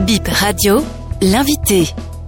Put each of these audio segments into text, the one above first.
Bip Radio, l'invité.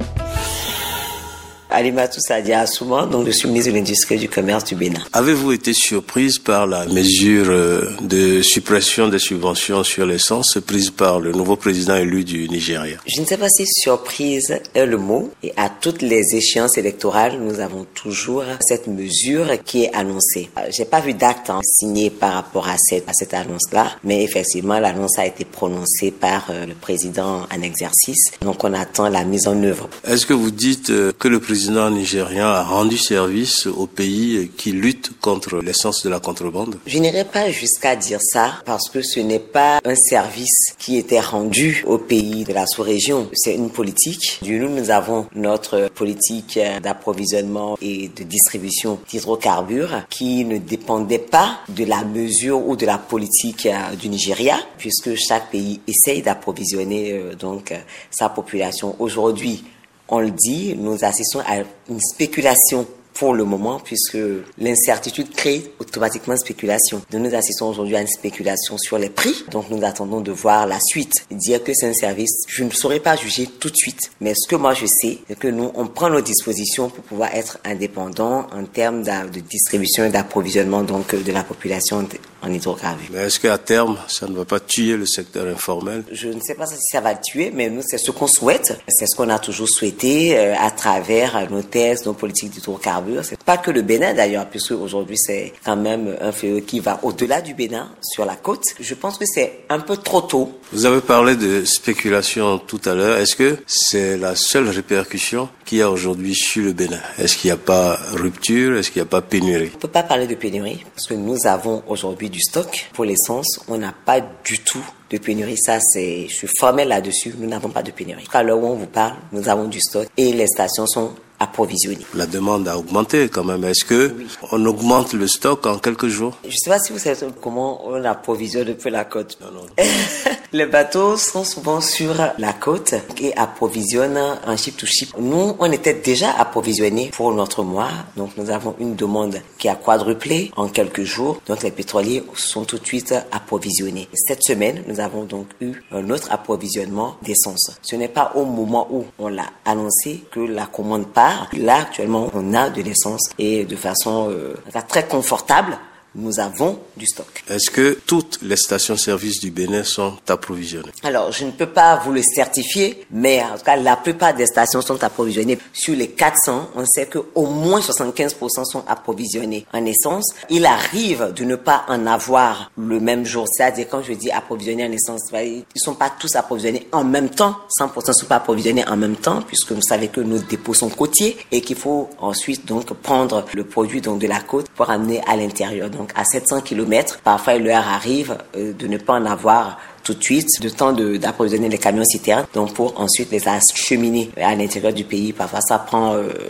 Alimatou Sadia Assouman, donc je suis ministre de l'Industrie et du Commerce du Bénin. Avez-vous été surprise par la mesure de suppression des subventions sur l'essence prise par le nouveau président élu du Nigeria? Je ne sais pas si surprise est le mot. Et à toutes les échéances électorales, nous avons toujours cette mesure qui est annoncée. J'ai pas vu d'acte signé par rapport à cette annonce-là, mais effectivement, l'annonce a été prononcée par le président en exercice. Donc on attend la mise en œuvre. Est-ce que vous dites que le président nigérien a rendu service au pays qui lutte contre l'essence de la contrebande? Je n'irai pas jusqu'à dire ça parce que ce n'est pas un service qui était rendu au pays de la sous-région. C'est une politique. Nous avons notre politique d'approvisionnement et de distribution d'hydrocarbures qui ne dépendait pas de la mesure ou de la politique du Nigeria, puisque chaque pays essaye d'approvisionner sa population. Aujourd'hui, on le dit, nous assistons à une spéculation pour le moment, puisque l'incertitude crée automatiquement spéculation. Donc nous assistons aujourd'hui à une spéculation sur les prix. Donc nous attendons de voir la suite. Dire que c'est un service, je ne saurais pas juger tout de suite. Mais ce que moi je sais, c'est que nous, on prend nos dispositions pour pouvoir être indépendants en termes de distribution et d'approvisionnement de la population en hydrocarbures. Mais est-ce qu'à terme, ça ne va pas tuer le secteur informel? Je ne sais pas si ça va le tuer, mais nous, c'est ce qu'on souhaite. C'est ce qu'on a toujours souhaité à travers nos thèses, nos politiques d'hydrocarbures. C'est pas que le Bénin d'ailleurs, puisque aujourd'hui c'est quand même un fléau qui va au-delà du Bénin, sur la côte. Je pense que c'est un peu trop tôt. Vous avez parlé de spéculation tout à l'heure. Est-ce que c'est la seule répercussion qu'il y a aujourd'hui sur le Bénin? Est-ce qu'il n'y a pas rupture? Est-ce qu'il n'y a pas pénurie? On peut pas parler de pénurie parce que nous avons aujourd'hui du stock. Pour l'essence, on n'a pas du tout de pénurie. Ça, je suis formel là-dessus. Nous n'avons pas de pénurie. À l'heure où on vous parle, nous avons du stock et les stations sont approvisionnées. La demande a augmenté quand même. Est-ce que on augmente le stock en quelques jours? Je ne sais pas si vous savez comment on approvisionne depuis la côte. Non. Les bateaux sont souvent sur la côte et approvisionnent en ship to ship. Nous, on était déjà approvisionnés pour notre mois. Donc, nous avons une demande qui a quadruplé en quelques jours. Donc, les pétroliers sont tout de suite approvisionnés. Cette semaine, nous avons donc eu un autre approvisionnement d'essence. Ce n'est pas au moment où on l'a annoncé que la commande part. Là, actuellement, on a de l'essence et de façon très confortable. Nous avons du stock. Est-ce que toutes les stations-service du Bénin sont approvisionnées? Alors, je ne peux pas vous le certifier, mais en tout cas, la plupart des stations sont approvisionnées. Sur les 400, on sait que au moins 75% sont approvisionnés en essence. Il arrive de ne pas en avoir le même jour. C'est-à-dire, quand je dis approvisionner en essence, ils sont pas tous approvisionnés en même temps. 100% ne sont pas approvisionnés en même temps, puisque vous savez que nos dépôts sont côtiers et qu'il faut ensuite donc prendre le produit de la côte pour amener à l'intérieur. Donc, à 700 km, parfois il leur arrive de ne pas en avoir tout de suite, de temps d'approvisionner les camions citernes, donc pour ensuite les acheminer à l'intérieur du pays. Parfois ça prend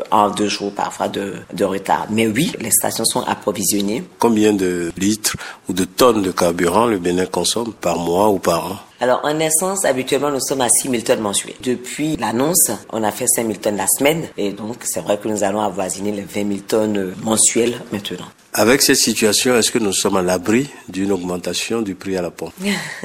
2 jours, parfois de retard. Mais oui, les stations sont approvisionnées. Combien de litres ou de tonnes de carburant le Bénin consomme par mois ou par an? Alors, en essence, habituellement, nous sommes à 6 000 tonnes mensuelles. Depuis l'annonce, on a fait 5 000 tonnes la semaine. Et donc, c'est vrai que nous allons avoisiner les 20 000 tonnes mensuelles maintenant. Avec cette situation, est-ce que nous sommes à l'abri d'une augmentation du prix à la pompe?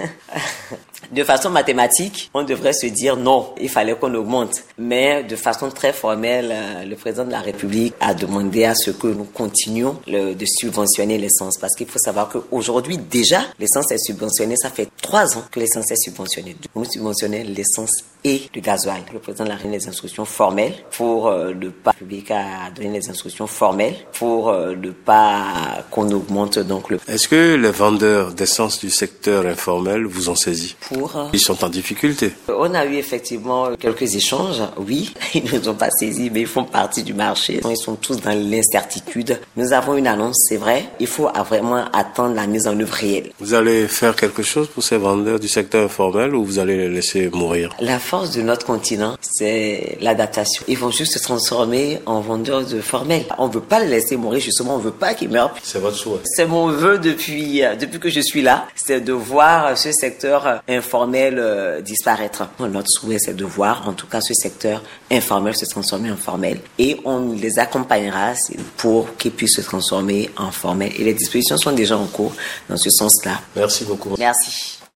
De façon mathématique, on devrait se dire non, il fallait qu'on augmente. Mais de façon très formelle, le président de la République a demandé à ce que nous continuions de subventionner l'essence. Parce qu'il faut savoir qu'aujourd'hui, déjà, l'essence est subventionnée. Ça fait 3 ans que l'essence est subventionnée. Nous subventionnons l'essence et le gasoil. Le président a donné les instructions formelles pour le public a donné les instructions formelles pour ne pas qu'on augmente donc le... Est-ce que les vendeurs d'essence du secteur informel vous ont saisi? Ils sont en difficulté. On a eu effectivement quelques échanges, oui. Ils ne nous ont pas saisis, mais ils font partie du marché. Ils sont tous dans l'incertitude. Nous avons une annonce, c'est vrai. Il faut vraiment attendre la mise en œuvre réelle. Vous allez faire quelque chose pour ces vendeurs du secteur informel ou vous allez les laisser mourir? La force de notre continent, c'est l'adaptation. Ils vont juste se transformer en vendeurs de formels. On ne veut pas les laisser mourir, justement, on ne veut pas qu'ils meurent. C'est votre souhait? C'est mon vœu depuis que je suis là. C'est de voir ce secteur informel disparaître. Notre souhait, c'est de voir, en tout cas, ce secteur informel se transformer en formel. Et on les accompagnera pour qu'ils puissent se transformer en formel. Et les dispositions sont déjà en cours dans ce sens-là. Merci beaucoup. Merci.